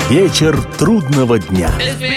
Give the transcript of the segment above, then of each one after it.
Вечер трудного дня.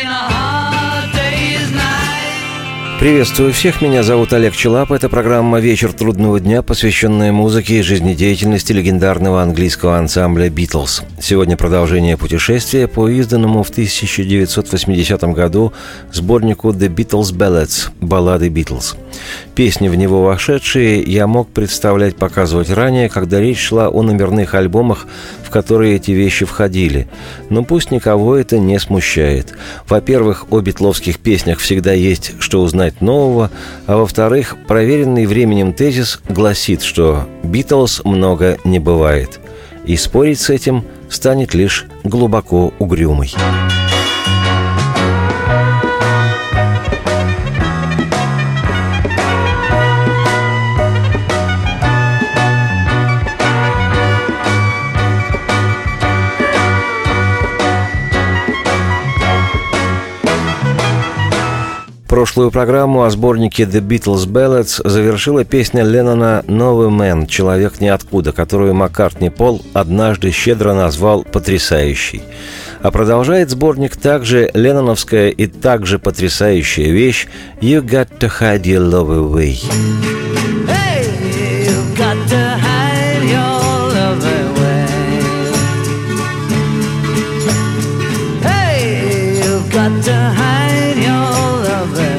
Приветствую всех, меня зовут Олег Челап. Это программа «Вечер трудного дня», посвященная музыке и жизнедеятельности легендарного английского ансамбля «Битлз». Сегодня продолжение путешествия по изданному в 1980 году сборнику «The Beatles Ballads» – «Баллады Битлз». Песни, в него вошедшие, я мог представлять, показывать ранее, когда речь шла о номерных альбомах, в которые эти вещи входили. Но пусть никого это не смущает. Во-первых, о битловских песнях всегда есть что узнать нового, а во-вторых, проверенный временем тезис гласит, что «Битлз много не бывает». И спорить с этим станет лишь глубоко угрюмый. Прошлую программу о сборнике «The Beatles Ballads» завершила песня Леннона «Новый мэн. Человек ниоткуда», которую Маккартни Пол однажды щедро назвал «потрясающей». А продолжает сборник также ленноновская и также потрясающая вещь «You got to hide your love away». Hey, you've got to hide your love away. Hey, you've got to hide your love away.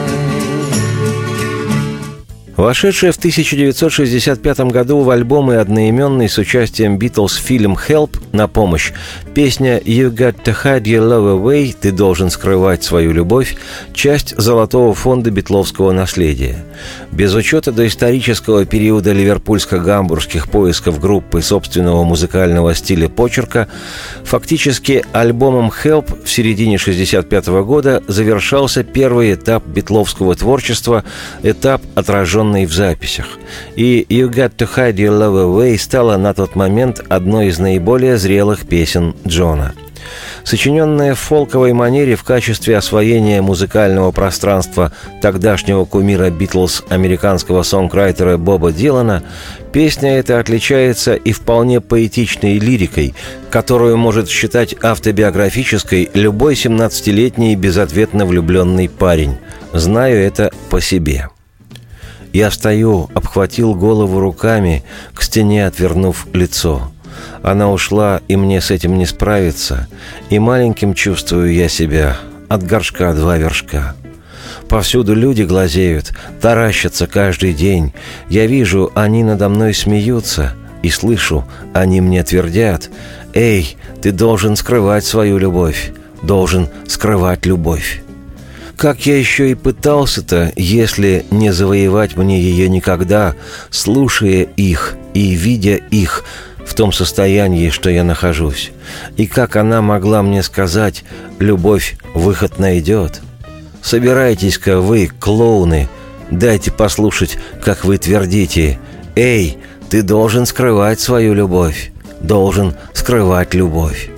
Вошедшая в 1965 году в альбом и одноименный с участием Битлз фильм «Help» на помощь, песня «You got to hide your love away» «Ты должен скрывать свою любовь» – часть золотого фонда битловского наследия. Без учета доисторического периода ливерпульско-гамбургских поисков группы собственного музыкального стиля почерка, фактически альбомом «Help» в середине 1965 года завершался первый этап битловского творчества, этап, отраженный в записях. И «You Got to Hide Your Love Away» стала на тот момент одной из наиболее зрелых песен Джона. Сочиненная в фолковой манере в качестве освоения музыкального пространства тогдашнего кумира Битлз, американского сонграйтера Боба Дилана, песня эта отличается и вполне поэтичной лирикой, которую может считать автобиографической любой 17-летний безответно влюбленный парень. Знаю это по себе. Я стою, обхватил голову руками, к стене отвернув лицо. Она ушла, и мне с этим не справиться, и маленьким чувствую я себя, от горшка 2 вершка. Повсюду люди глазеют, таращатся каждый день. Я вижу, они надо мной смеются, и слышу, они мне твердят: «Эй, ты должен скрывать свою любовь, должен скрывать любовь». Как я еще и пытался-то, если не завоевать мне ее никогда, слушая их и видя их в том состоянии, что я нахожусь. И как она могла мне сказать: «Любовь выход найдет». Собирайтесь-ка вы, клоуны, дайте послушать, как вы твердите: «Эй, ты должен скрывать свою любовь, должен скрывать любовь».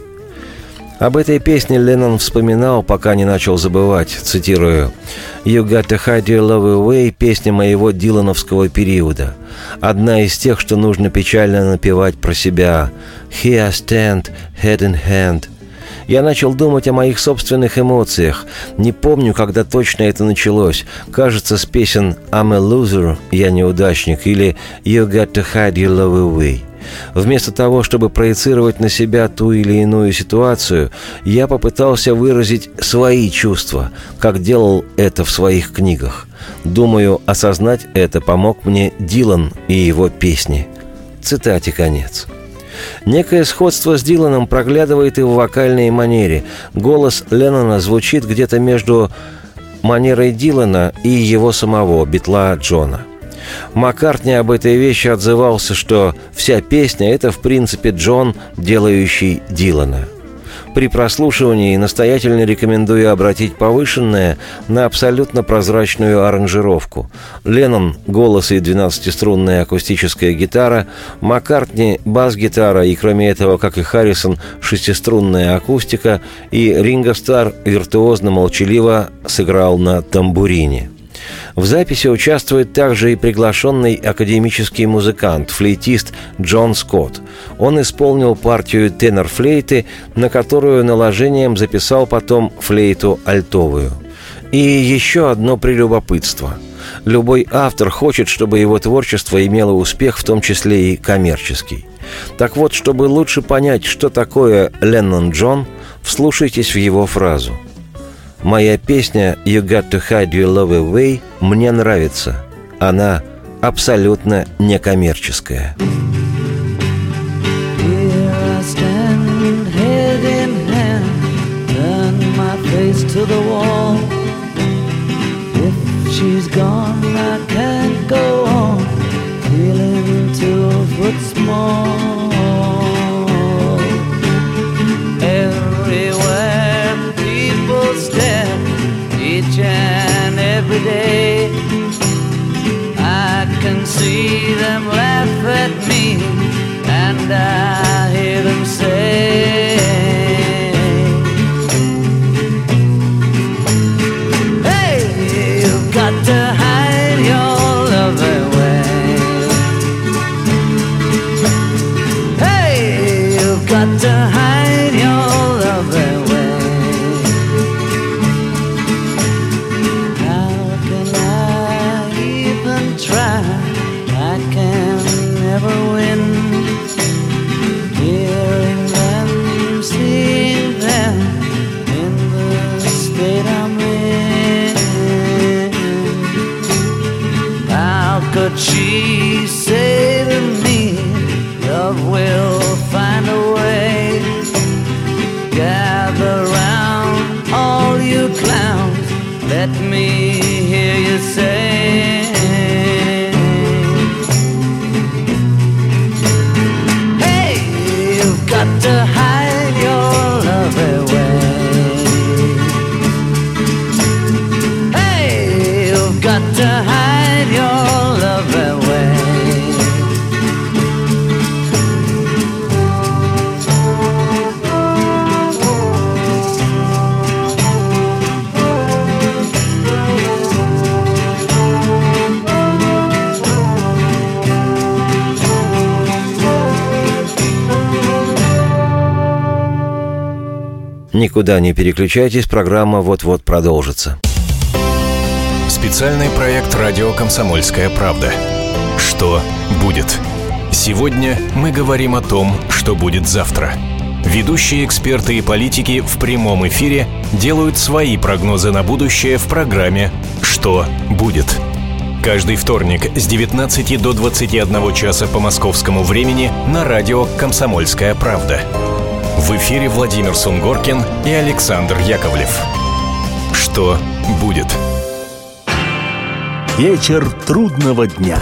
Об этой песне Леннон вспоминал, пока не начал забывать, цитирую: «You got to hide your love away» – песня моего дилановского периода. Одна из тех, что нужно печально напевать про себя. «Here I stand, head in hand». Я начал думать о моих собственных эмоциях. Не помню, когда точно это началось. Кажется, с песен «I'm a loser» – «Я неудачник» или «You got to hide your love away». Вместо того, чтобы проецировать на себя ту или иную ситуацию, я попытался выразить свои чувства, как делал это в своих книгах. Думаю, осознать это помог мне Дилан и его песни. Цитате конец. Некое сходство с Диланом проглядывает и в вокальной манере. Голос Леннона звучит где-то между манерой Дилана и его самого, битла Джона. Маккартни об этой вещи отзывался, что вся песня – это, в принципе, Джон, делающий Дилана. При прослушивании настоятельно рекомендую обратить повышенное на абсолютно прозрачную аранжировку. Леннон – голос и 12-струнная акустическая гитара, Маккартни – бас-гитара и, кроме этого, как и Харрисон, 6-струнная акустика, и Ринго Старр виртуозно-молчаливо сыграл на тамбурине. В записи участвует также и приглашенный академический музыкант, флейтист Джон Скотт. Он исполнил партию тенор-флейты, на которую наложением записал потом флейту альтовую. И еще одно прелюбопытство. Любой автор хочет, чтобы его творчество имело успех, в том числе и коммерческий. Так вот, чтобы лучше понять, что такое Леннон Джон, вслушайтесь в его фразу. «Моя песня «You Got to Hide Your Love Away» мне нравится. Она абсолютно некоммерческая». She's gone, I can't go on, feeling 2 foot small. Everywhere people stare, each and every day, I can see them laugh at me, and I hear them say, got to hide your love away. Hey, you've got to hide your love away. How can I even try? I can never win. Hearing them, seeing them in the state I'm in. Could she say to me, love will find a way? Gather round, all you clowns, let me hear you say, hey, you've got to hide your love away. Hey, you've got to hide your love away. Никуда не переключайтесь, программа вот-вот продолжится. Специальный проект «Радио Комсомольская правда». Что будет? Сегодня мы говорим о том, что будет завтра. Ведущие эксперты и политики в прямом эфире делают свои прогнозы на будущее в программе «Что будет?». Каждый вторник с 19 до 21 часа по московскому времени на радио «Комсомольская правда». В эфире Владимир Сунгоркин и Александр Яковлев. Что будет? Вечер трудного дня.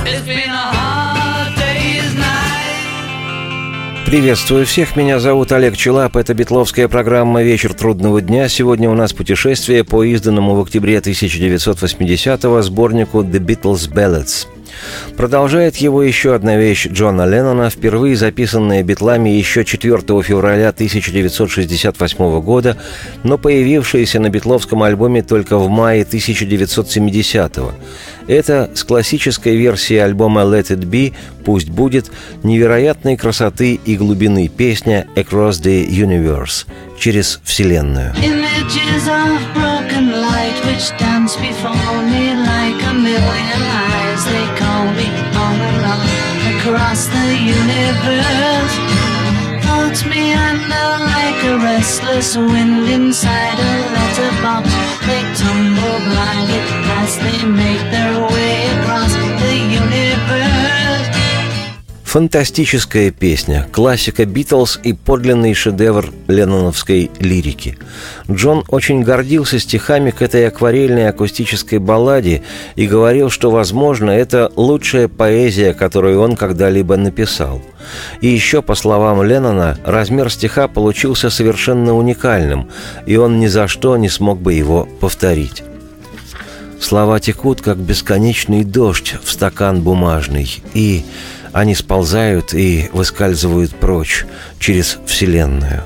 Приветствую всех, меня зовут Олег Челап, это битловская программа «Вечер трудного дня». Сегодня у нас путешествие по изданному в октябре 1980-го сборнику «The Beatles Ballads». Продолжает его еще одна вещь Джона Леннона, впервые записанная Битлами еще 4 февраля 1968 года, но появившаяся на битловском альбоме только в мае 1970-го. Это с классической версии альбома «Let It Be», «Пусть будет», невероятной красоты и глубины песня «Across the Universe» — «Через Вселенную». Images of broken light which dance before me like a million eyes. They call me on and on across the universe. Floats me under like a restless wind inside a letterbox. They tumble blindly as they make their way across the universe. Фантастическая песня, классика «Битлз» и подлинный шедевр ленноновской лирики. Джон очень гордился стихами к этой акварельной акустической балладе и говорил, что, возможно, это лучшая поэзия, которую он когда-либо написал. И еще, по словам Леннона, размер стиха получился совершенно уникальным, и он ни за что не смог бы его повторить. Слова текут, как бесконечный дождь в стакан бумажный, и они сползают и выскальзывают прочь через Вселенную.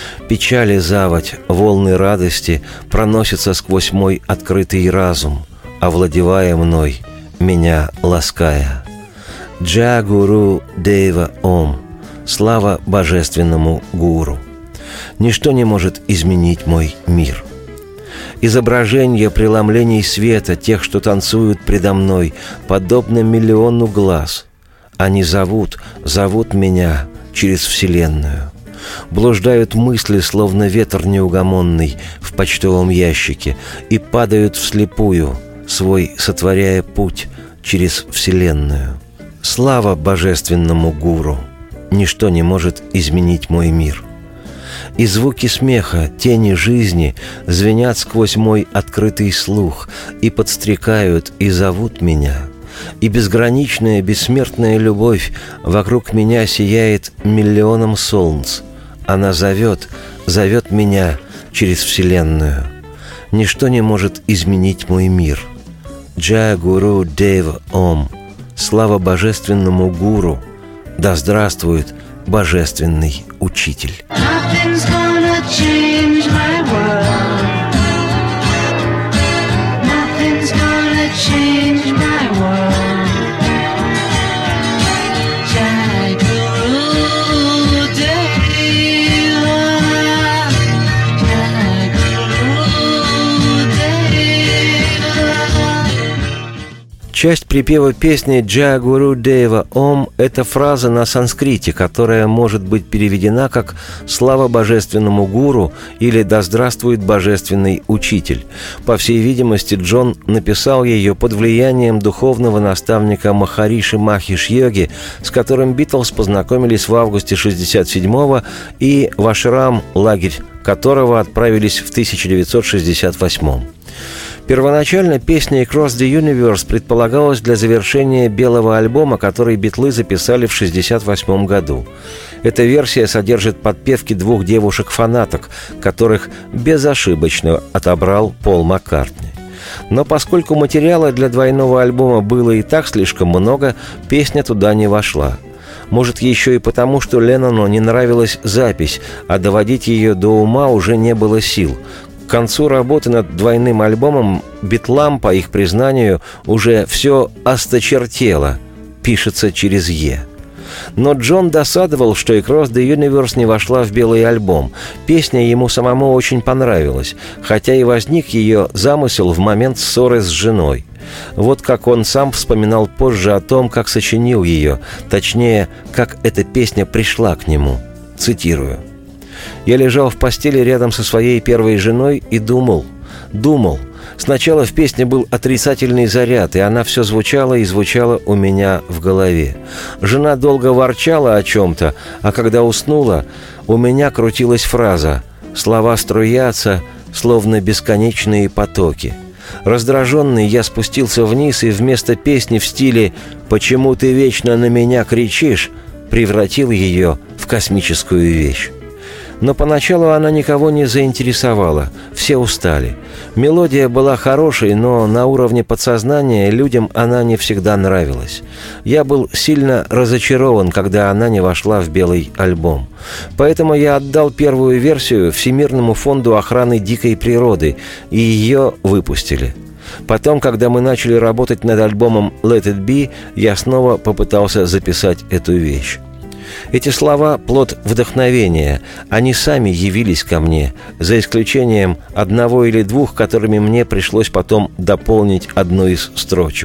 Печали заводь, волны радости проносятся сквозь мой открытый разум. овладевая мной, меня лаская. Джа Гуру Дева Ом. Слава божественному гуру. Ничто не может изменить мой мир. Изображение преломлений света, тех, что танцуют предо мной, подобно миллиону глаз. Они зовут меня через вселенную. Блуждают мысли, словно ветер неугомонный в почтовом ящике, и падают вслепую, свой сотворяя путь через вселенную. Слава божественному гуру! Ничто не может изменить мой мир. И звуки смеха, тени жизни звенят сквозь мой открытый слух и подстрекают, и зовут меня. И безграничная, бессмертная любовь вокруг меня сияет миллионом солнц. Она зовет меня через вселенную. Ничто не может изменить мой мир. Джая Гуру Дева Ом. Слава божественному гуру! Да здравствует божественный учитель! Nothing's gonna change my world. Nothing's gonna change my world. Jai Guru Deva, Jai Guru Deva. Часть припева песни «Джа Гуру Дева Ом» – это фраза на санскрите, которая может быть переведена как «Слава божественному гуру» или «Да здравствует божественный учитель». По всей видимости, Джон написал ее под влиянием духовного наставника Махариши Махеш Йоги, с которым Битлз познакомились в августе 1967-го и в ашрам, лагерь которого отправились в 1968-м. Первоначально песня «Across the Universe» предполагалась для завершения белого альбома, который Битлы записали в 1968 году. Эта версия содержит подпевки двух девушек-фанаток, которых безошибочно отобрал Пол Маккартни. Но поскольку материала для двойного альбома было и так слишком много, песня туда не вошла. Может, еще и потому, что Леннону не нравилась запись, а доводить ее до ума уже не было сил. К концу работы над двойным альбомом Битлам, по их признанию, уже все осточертело, пишется через «е». Но Джон досадовал, что «Across the Universe» не вошла в белый альбом. Песня ему самому очень понравилась, хотя и возник ее замысел в момент ссоры с женой. Вот как он сам вспоминал позже о том, как сочинил ее, точнее, как эта песня пришла к нему. Цитирую. «Я лежал в постели рядом со своей первой женой и думал. Сначала в песне был отрицательный заряд, и она все звучала и звучала у меня в голове. Жена долго ворчала о чем-то, а когда уснула, у меня крутилась фраза «Слова струятся, словно бесконечные потоки». Раздраженный, я спустился вниз и вместо песни в стиле «Почему ты вечно на меня кричишь?» превратил ее в космическую вещь. Но поначалу она никого не заинтересовала, все устали. Мелодия была хорошей, но на уровне подсознания людям она не всегда нравилась. Я был сильно разочарован, когда она не вошла в белый альбом. Поэтому я отдал первую версию Всемирному фонду охраны дикой природы, и ее выпустили. Потом, когда мы начали работать над альбомом «Let It Be», я снова попытался записать эту вещь. Эти слова – плод вдохновения. Они сами явились ко мне, за исключением одного или двух, которыми мне пришлось потом дополнить одну из строчек.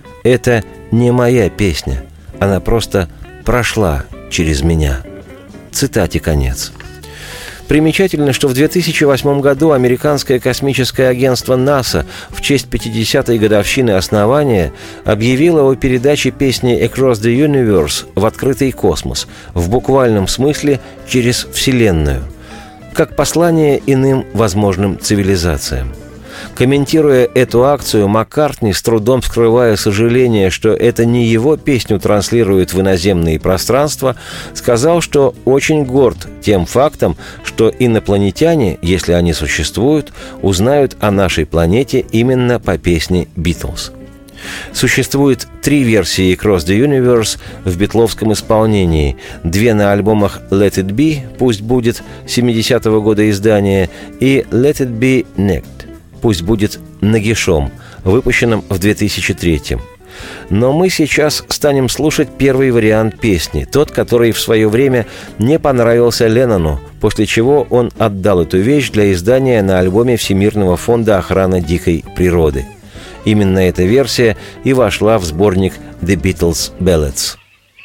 Это не моя песня. Она просто прошла через меня. Цитате конец. Примечательно, что в 2008 году американское космическое агентство НАСА в честь 50-й годовщины основания объявило о передаче песни «Across the Universe» в открытый космос, в буквальном смысле через Вселенную, как послание иным возможным цивилизациям. Комментируя эту акцию, Маккартни, с трудом скрывая сожаление, что это не его песню транслируют в иноземные пространства, сказал, что очень горд тем фактом, что инопланетяне, если они существуют, узнают о нашей планете именно по песне «Битлз». Существует 3 версии «Across the Universe» в битловском исполнении. 2 на альбомах «Let It Be», «Пусть будет» 70-го года издания, и «Let It Be Next». «Пусть будет нагишом», выпущенном в 2003. Но мы сейчас станем слушать первый вариант песни, тот, который в свое время не понравился Леннону, после чего он отдал эту вещь для издания на альбоме Всемирного фонда охраны дикой природы. Именно эта версия и вошла в сборник «The Beatles Ballads».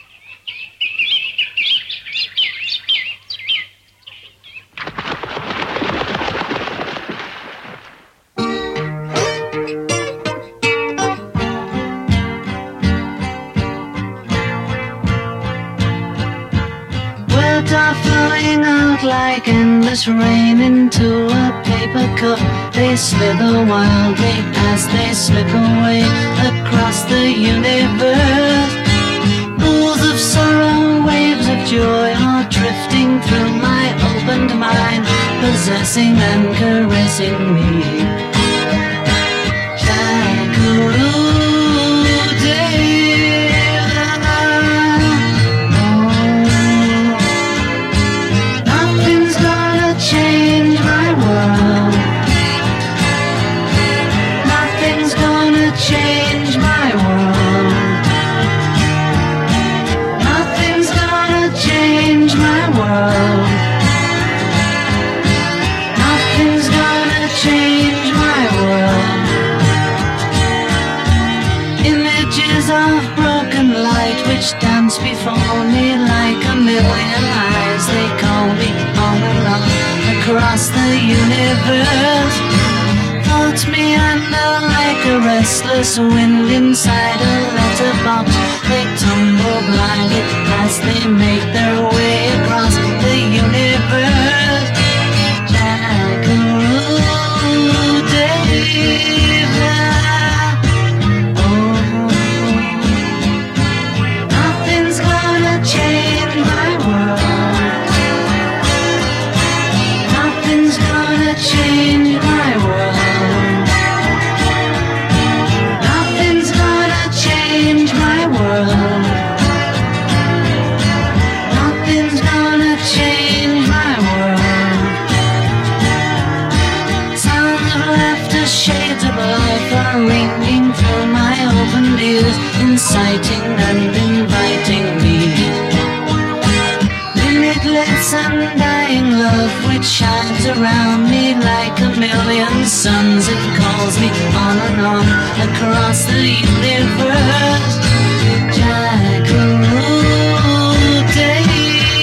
Flowing out like endless rain into a paper cup. They slither wildly as they slip away across the universe. Pools of sorrow, waves of joy are drifting through my opened mind, possessing and caressing me. Dance before me like a million eyes. They call me all along across the universe. Thoughts meander like a restless wind inside a letterbox. They tumble blindly as they make their way across the universe. Jackaroo David. Ringing through my open ears, inciting and inviting me. Limitless undying love which shines around me like a million suns. It calls me on and on across the universe. Jackaroo David.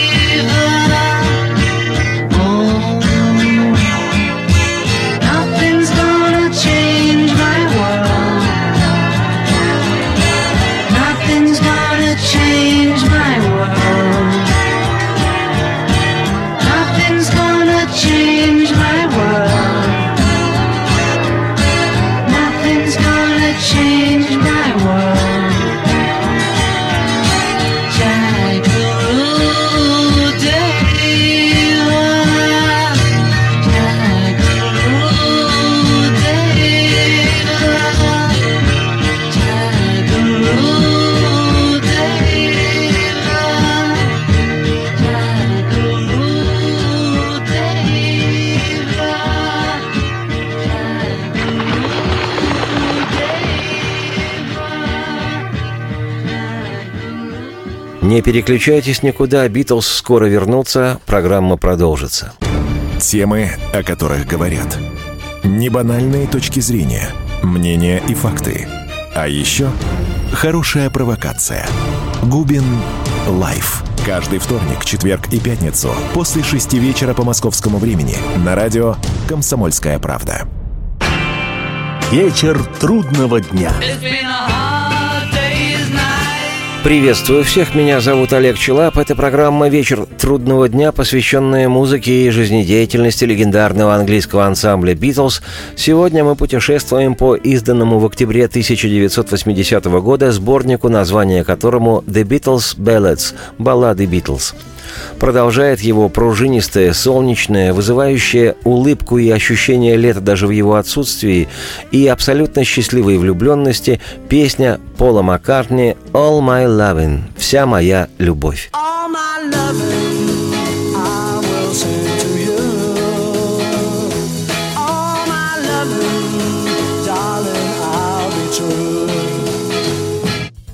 Не переключайтесь никуда, Битлз скоро вернутся, программа продолжится. Темы, о которых говорят. Небанальные точки зрения, мнения и факты. А еще хорошая провокация. Губин Лайф. Каждый вторник, четверг и пятницу после 6 вечера по московскому времени на радио «Комсомольская правда». Вечер трудного дня. Приветствую всех, меня зовут Олег Челап. Это программа «Вечер трудного дня», посвященная музыке и жизнедеятельности легендарного английского ансамбля «Битлз». Сегодня мы путешествуем по изданному в октябре 1980 года сборнику, название которому «The Beatles Ballads» – «Баллады Битлз». Продолжает его пружинистая, солнечная, вызывающая улыбку и ощущение лета даже в его отсутствии и абсолютно счастливой влюбленности песня Пола Маккартни «All My Lovin'» – «Вся моя любовь». All my loving, I will sing to you. All my loving.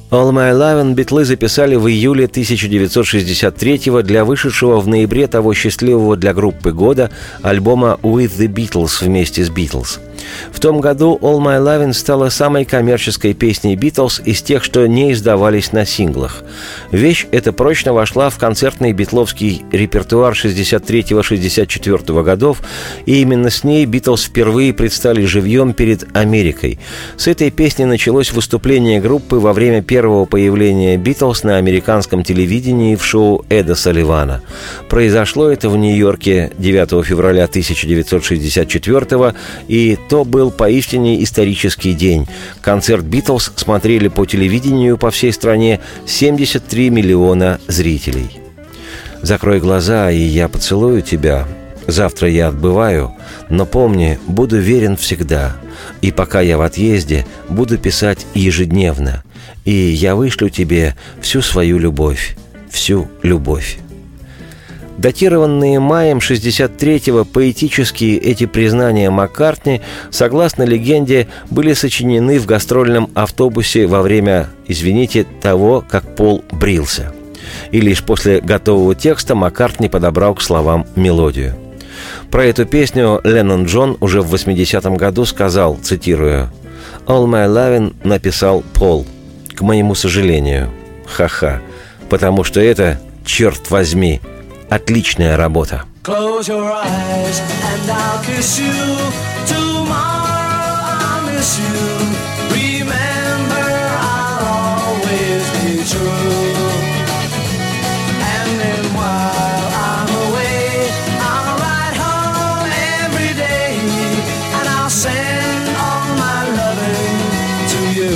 «All My Lovin'» битлы записали в июле 1963-го для вышедшего в ноябре того счастливого для группы года альбома «With the Beatles» вместе с «Beatles». В том году «All My Lovin'» стала самой коммерческой песней «Битлз» из тех, что не издавались на синглах. Вещь эта прочно вошла в концертный битловский репертуар 63-64 годов, и именно с ней «Битлз» впервые предстали живьем перед Америкой. С этой песни началось выступление группы во время первого появления «Битлз» на американском телевидении в шоу Эда Салливана. Произошло это в Нью-Йорке 9 февраля 1964 и то был поистине исторический день. Концерт «Битлз» смотрели по телевидению по всей стране 73 миллиона зрителей. «Закрой глаза, и я поцелую тебя. Завтра я отбываю, но помни, буду верен всегда. И пока я в отъезде, буду писать ежедневно. И я вышлю тебе всю свою любовь, всю любовь». Датированные маем 63-го поэтические эти признания Маккартни, согласно легенде, были сочинены в гастрольном автобусе во время, извините, того, как Пол брился. И лишь после готового текста Маккартни подобрал к словам мелодию. Про эту песню Леннон Джон уже в 80-м году сказал, цитирую, «All My Lovin' написал Пол. К моему сожалению. Ха-ха. Потому что это, черт возьми, отличная работа». Close your eyes and I'll kiss you. Tomorrow I'll miss you. Remember, I'll always be true. And then while I'm away, I'll ride home every day, and I'll send all my loving to you.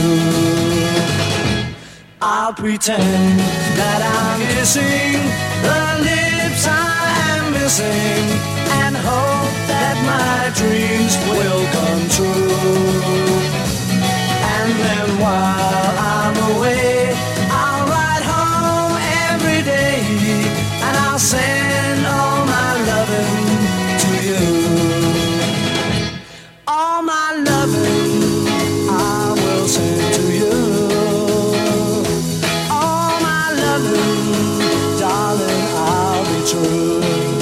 I'll pretend that I'm kissing the lips I am missing, and hope that my dreams will come true. And then while I'm away, I'll ride home every day, and I'll send all my loving to you. All my loving I will send to you. All my loving, darling, I'll be true.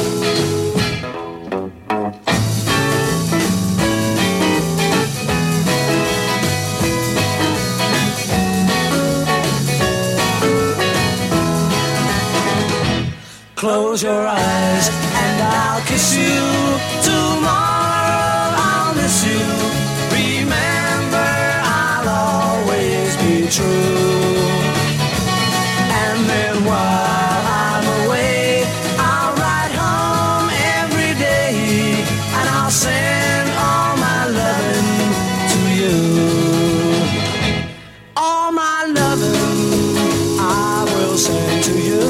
Close your eyes and I'll kiss you. Tomorrow I'll miss you. Remember, I'll always be true. And then while I'm away, I'll ride home every day, and I'll send all my loving to you. All my loving I will send to you.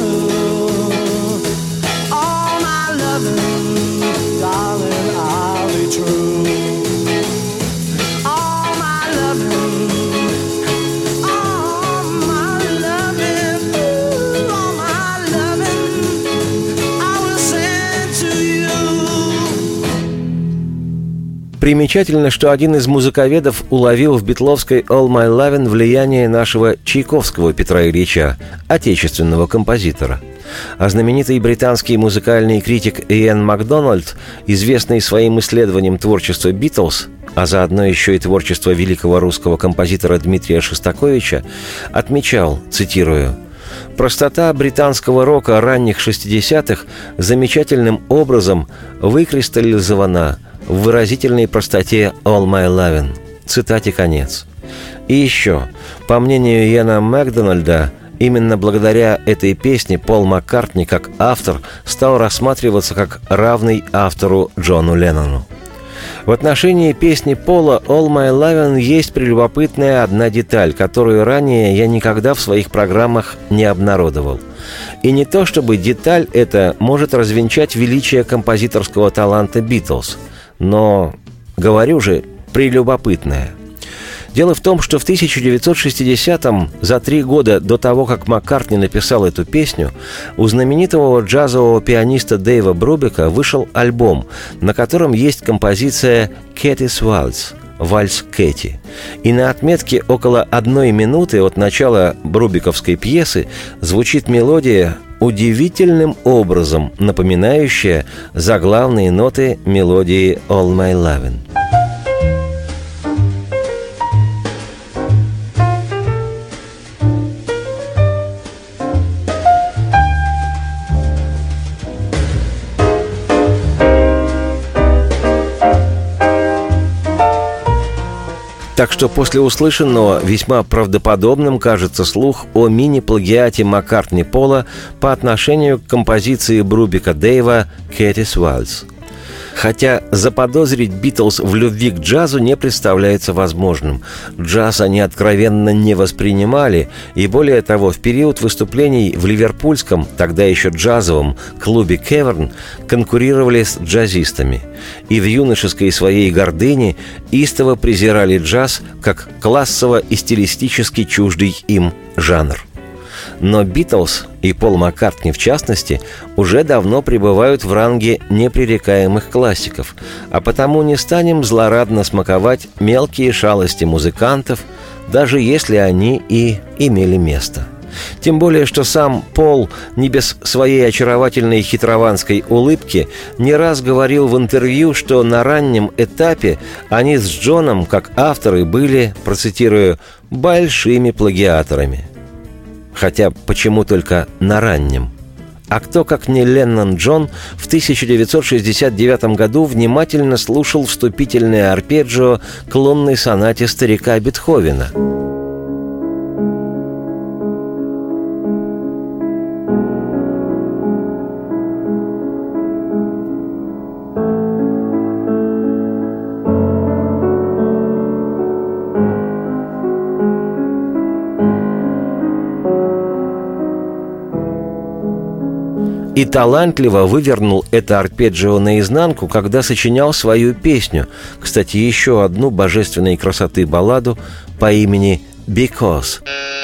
All my loving, darling, I'll be true. All my loving, all my loving, all my loving, I will send to you. Примечательно, что один из музыковедов уловил в битловской «All My Lovin'» влияние нашего Чайковского Петра Ильича, отечественного композитора. А знаменитый британский музыкальный критик Иэн Макдональд, известный своим исследованием творчества «Битлз», а заодно еще и творчество великого русского композитора Дмитрия Шостаковича, отмечал, цитирую, «Простота британского рока ранних 60-х замечательным образом выкристаллизована в выразительной простоте «All My Lovin'». Цитате конец. И еще, по мнению Иэна Макдональда, именно благодаря этой песне Пол Маккартни как автор стал рассматриваться как равный автору Джону Леннону. В отношении песни Пола «All My Lovin'» есть прелюбопытная одна деталь, которую ранее я никогда в своих программах не обнародовал. И не то чтобы деталь эта может развенчать величие композиторского таланта «Битлз», но, говорю же, прелюбопытная. Дело в том, что в 1960-м, за 3 года до того, как Маккартни написал эту песню, у знаменитого джазового пианиста Дэйва Брубека вышел альбом, на котором есть композиция «Cathy's Waltz» – «Вальс Кэти». И на отметке около 1 минуты от начала брубиковской пьесы звучит мелодия, удивительным образом напоминающая заглавные ноты мелодии «All My Lovin'». Так что после услышанного весьма правдоподобным кажется слух о мини-плагиате Маккартни-Пола по отношению к композиции Брубика Дэйва «Кэтис Вальс». Хотя заподозрить Битлз в любви к джазу не представляется возможным. Джаз они откровенно не воспринимали, и более того, в период выступлений в ливерпульском, тогда еще джазовом, клубе «Кеверн» конкурировали с джазистами. И в юношеской своей гордыне истово презирали джаз как классово и стилистически чуждый им жанр. Но Битлз, и Пол Маккартни в частности, уже давно пребывают в ранге непререкаемых классиков, а потому не станем злорадно смаковать мелкие шалости музыкантов, даже если они и имели место. Тем более, что сам Пол не без своей очаровательной хитрованской улыбки не раз говорил в интервью, что на раннем этапе они с Джоном, как авторы, были, процитирую, «большими плагиаторами». Хотя почему только на раннем? А кто, как не Леннон Джон, в 1969 году внимательно слушал вступительное арпеджио к лунной сонате старика Бетховена? И талантливо вывернул это арпеджио наизнанку, когда сочинял свою песню, кстати, еще одну божественной красоты балладу по имени «Because».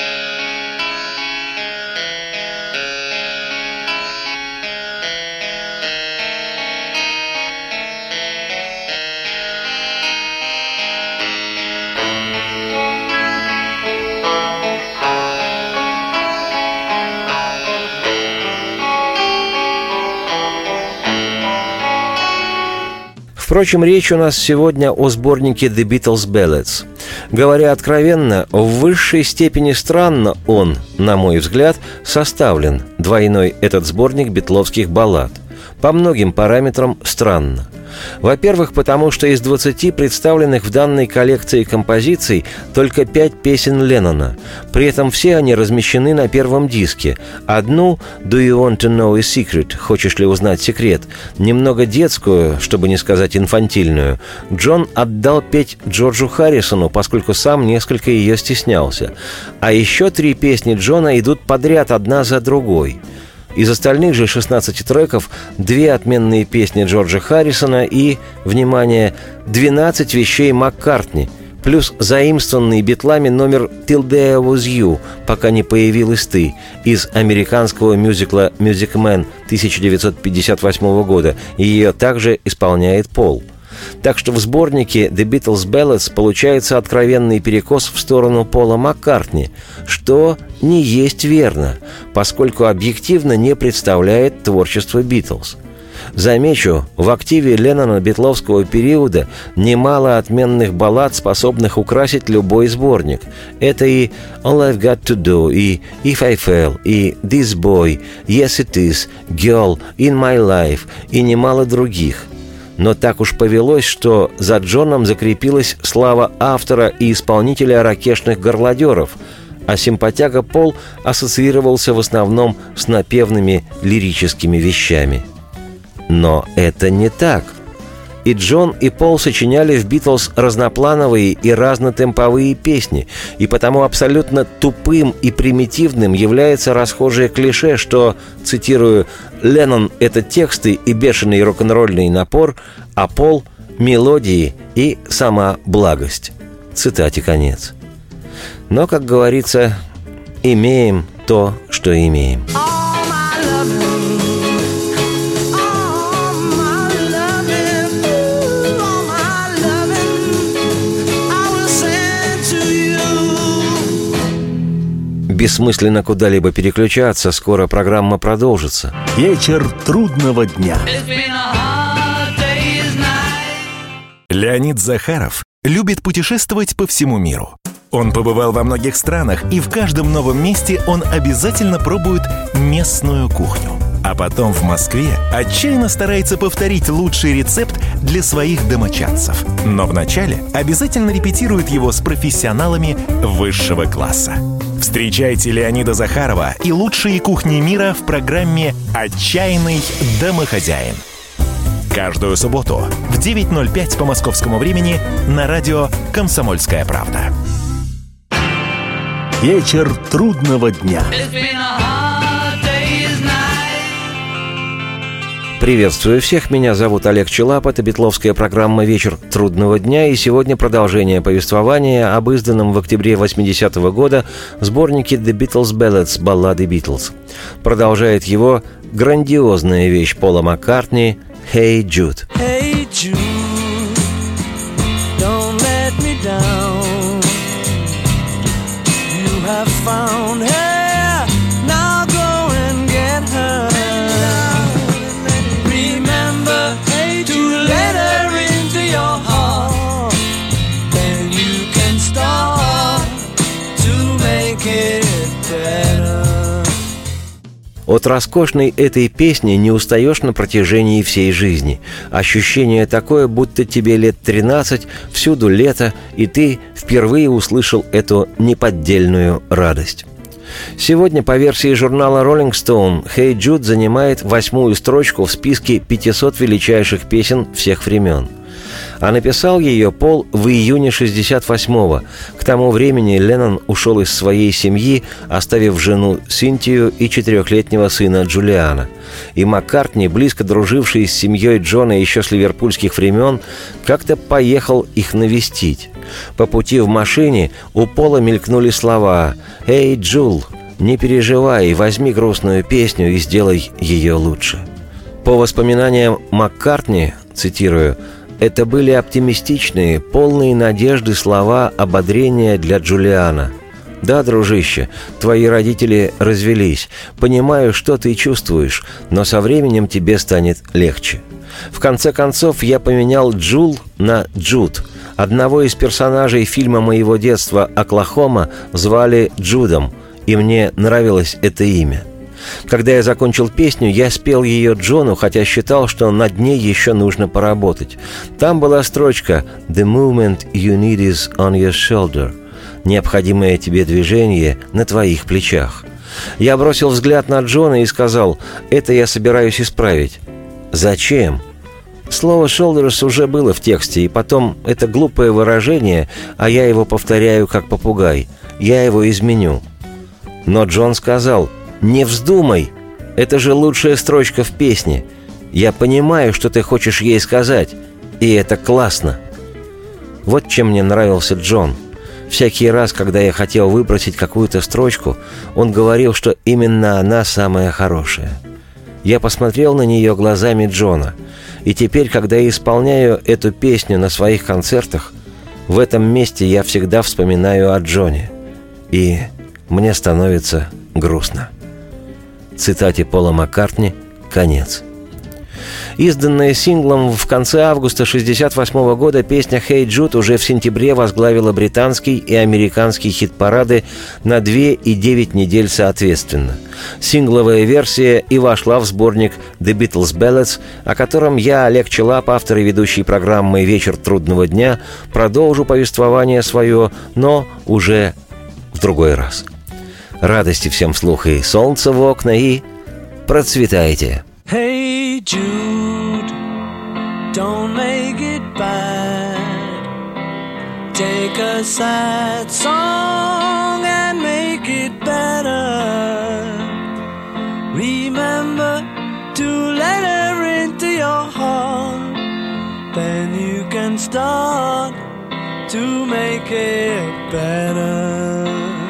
Впрочем, речь у нас сегодня о сборнике «The Beatles Ballads». Говоря откровенно, в высшей степени странно он, на мой взгляд, составлен, двойной этот сборник битловских баллад. По многим параметрам странно. Во-первых, потому что из 20 представленных в данной коллекции композиций только 5 песен Леннона. При этом все они размещены на первом диске. Одну «Do you want to know a secret?» «Хочешь ли узнать секрет?» немного детскую, чтобы не сказать инфантильную, Джон отдал петь Джорджу Харрисону, поскольку сам несколько ее стеснялся. А еще 3 песни Джона идут подряд одна за другой. Из остальных же 16 треков 2 отменные песни Джорджа Харрисона и, внимание, 12 вещей Маккартни, плюс заимствованный битлами номер «Till There Was You», «Пока не появилась ты», из американского мюзикла «Music Man» 1958 года, и ее также исполняет Пол. Так что в сборнике «The Beatles Ballads» получается откровенный перекос в сторону Пола Маккартни, что не есть верно, поскольку объективно не представляет творчество Битлз. Замечу, в активе Леннона битловского периода немало отменных баллад, способных украсить любой сборник. Это и «All I've Got to Do», и «If I Fell», и «This Boy», «Yes It Is», «Girl», «In My Life» и немало других. Но так уж повелось, что за Джоном закрепилась слава автора и исполнителя ракешных горлодеров, а симпатяга Пол ассоциировался в основном с напевными лирическими вещами. Но это не так. И Джон, и Пол сочиняли в «Битлз» разноплановые и разнотемповые песни, и потому абсолютно тупым и примитивным является расхожее клише, что, цитирую, «Леннон — это тексты и бешеный рок-н-ролльный напор, а Пол — мелодии и сама благость». Цитате конец. Но, как говорится, имеем то, что имеем. Бессмысленно куда-либо переключаться, скоро программа продолжится. Вечер трудного дня. Леонид Захаров любит путешествовать по всему миру. Он побывал во многих странах, и в каждом новом месте он обязательно пробует местную кухню. А потом в Москве отчаянно старается повторить лучший рецепт для своих домочадцев. Но вначале обязательно репетирует его с профессионалами высшего класса. Встречайте Леонида Захарова и лучшие кухни мира в программе «Отчаянный домохозяин». Каждую субботу в 9:05 по московскому времени на радио «Комсомольская правда». Вечер трудного дня. Приветствую всех, меня зовут Олег Челап, это битловская программа «Вечер трудного дня», и сегодня продолжение повествования об изданном в октябре 80-го года сборнике «The Beatles Ballads» «Баллады Битлз». Продолжает его грандиозная вещь Пола Маккартни «Hey Jude». Hey Jude, don't let me down. You have found her, now go and get her. Remember to let her into your heart. Then you can start to make it better. От роскошной этой песни не устаешь на протяжении всей жизни. Ощущение такое, будто тебе лет 13, всюду лето, и ты впервые услышал эту неподдельную радость. Сегодня, по версии журнала Rolling Stone, «Hey Jude» занимает 8-ю строчку в списке 500 величайших песен всех времен. А написал ее Пол в июне 68-го. К тому времени Леннон ушел из своей семьи, оставив жену Синтию и 4-летнего сына Джулиана. И Маккартни, близко друживший с семьей Джона еще с ливерпульских времен, как-то поехал их навестить. По пути в машине у Пола мелькнули слова «Эй, Джул, не переживай, возьми грустную песню и сделай ее лучше». По воспоминаниям Маккартни, цитирую, «это были оптимистичные, полные надежды слова ободрения для Джулиана. Да, дружище, твои родители развелись. Понимаю, что ты чувствуешь, но со временем тебе станет легче. В конце концов, я поменял Джул на Джуд. Одного из персонажей фильма моего детства «Оклахома» звали Джудом, и мне нравилось это имя. Когда я закончил песню, я спел ее Джону, хотя считал, что над ней еще нужно поработать. Там была строчка «The movement you need is on your shoulder» – «Необходимое тебе движение на твоих плечах». Я бросил взгляд на Джона и сказал «Это я собираюсь исправить». «Зачем?» Слово «shoulders» уже было в тексте, и потом это глупое выражение, а я его повторяю как попугай. Я его изменю. Но Джон сказал «Не вздумай! Это же лучшая строчка в песне. Я понимаю, что ты хочешь ей сказать, и это классно». Вот чем мне нравился Джон. Всякий раз, когда я хотел выбросить какую-то строчку, он говорил, что именно она самая хорошая. Я посмотрел на нее глазами Джона, и теперь, когда я исполняю эту песню на своих концертах, в этом месте я всегда вспоминаю о Джоне, и мне становится грустно. Цитате Пола Маккартни конец. Изданная синглом в конце августа 1968 года, песня «Hey Jude» уже в сентябре возглавила британский и американский хит-парады на 2 и 9 недель соответственно. Сингловая версия и вошла в сборник «The Beatles Ballads», о котором я, Олег Челап, автор и ведущий программы «Вечер трудного дня», продолжу повествование свое, но уже в другой раз. Радости всем вслух и солнца в окна, и процветайте! Hey Jude, don't make it bad. Take a sad song and make it better. Remember to let her into your heart. Then you can start to make it better.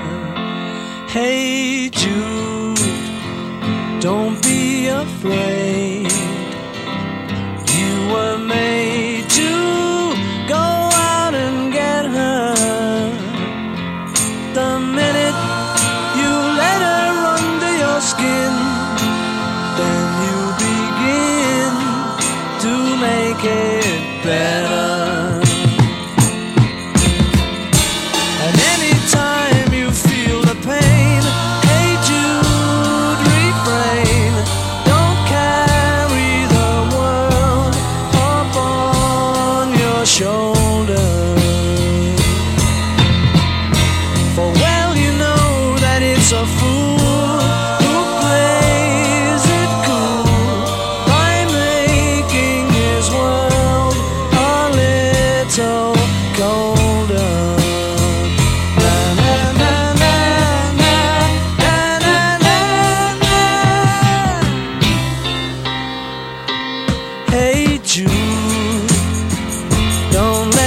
Hey Jude, don't be afraid. You were made to go out and get her. The minute you shoulder. For well you know that it's a fool who plays it cool by making his world a little colder. Na na na na na na na na na. Hey Jude, don't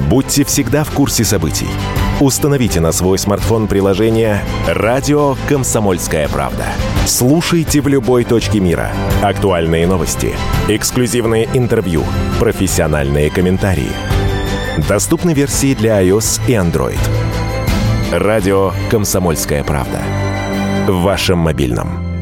Будьте всегда в курсе событий. Установите на свой смартфон приложение «Радио Комсомольская правда». Слушайте в любой точке мира. Актуальные новости, эксклюзивные интервью, профессиональные комментарии. Доступны версии для iOS и Android. «Радио Комсомольская правда». В вашем мобильном.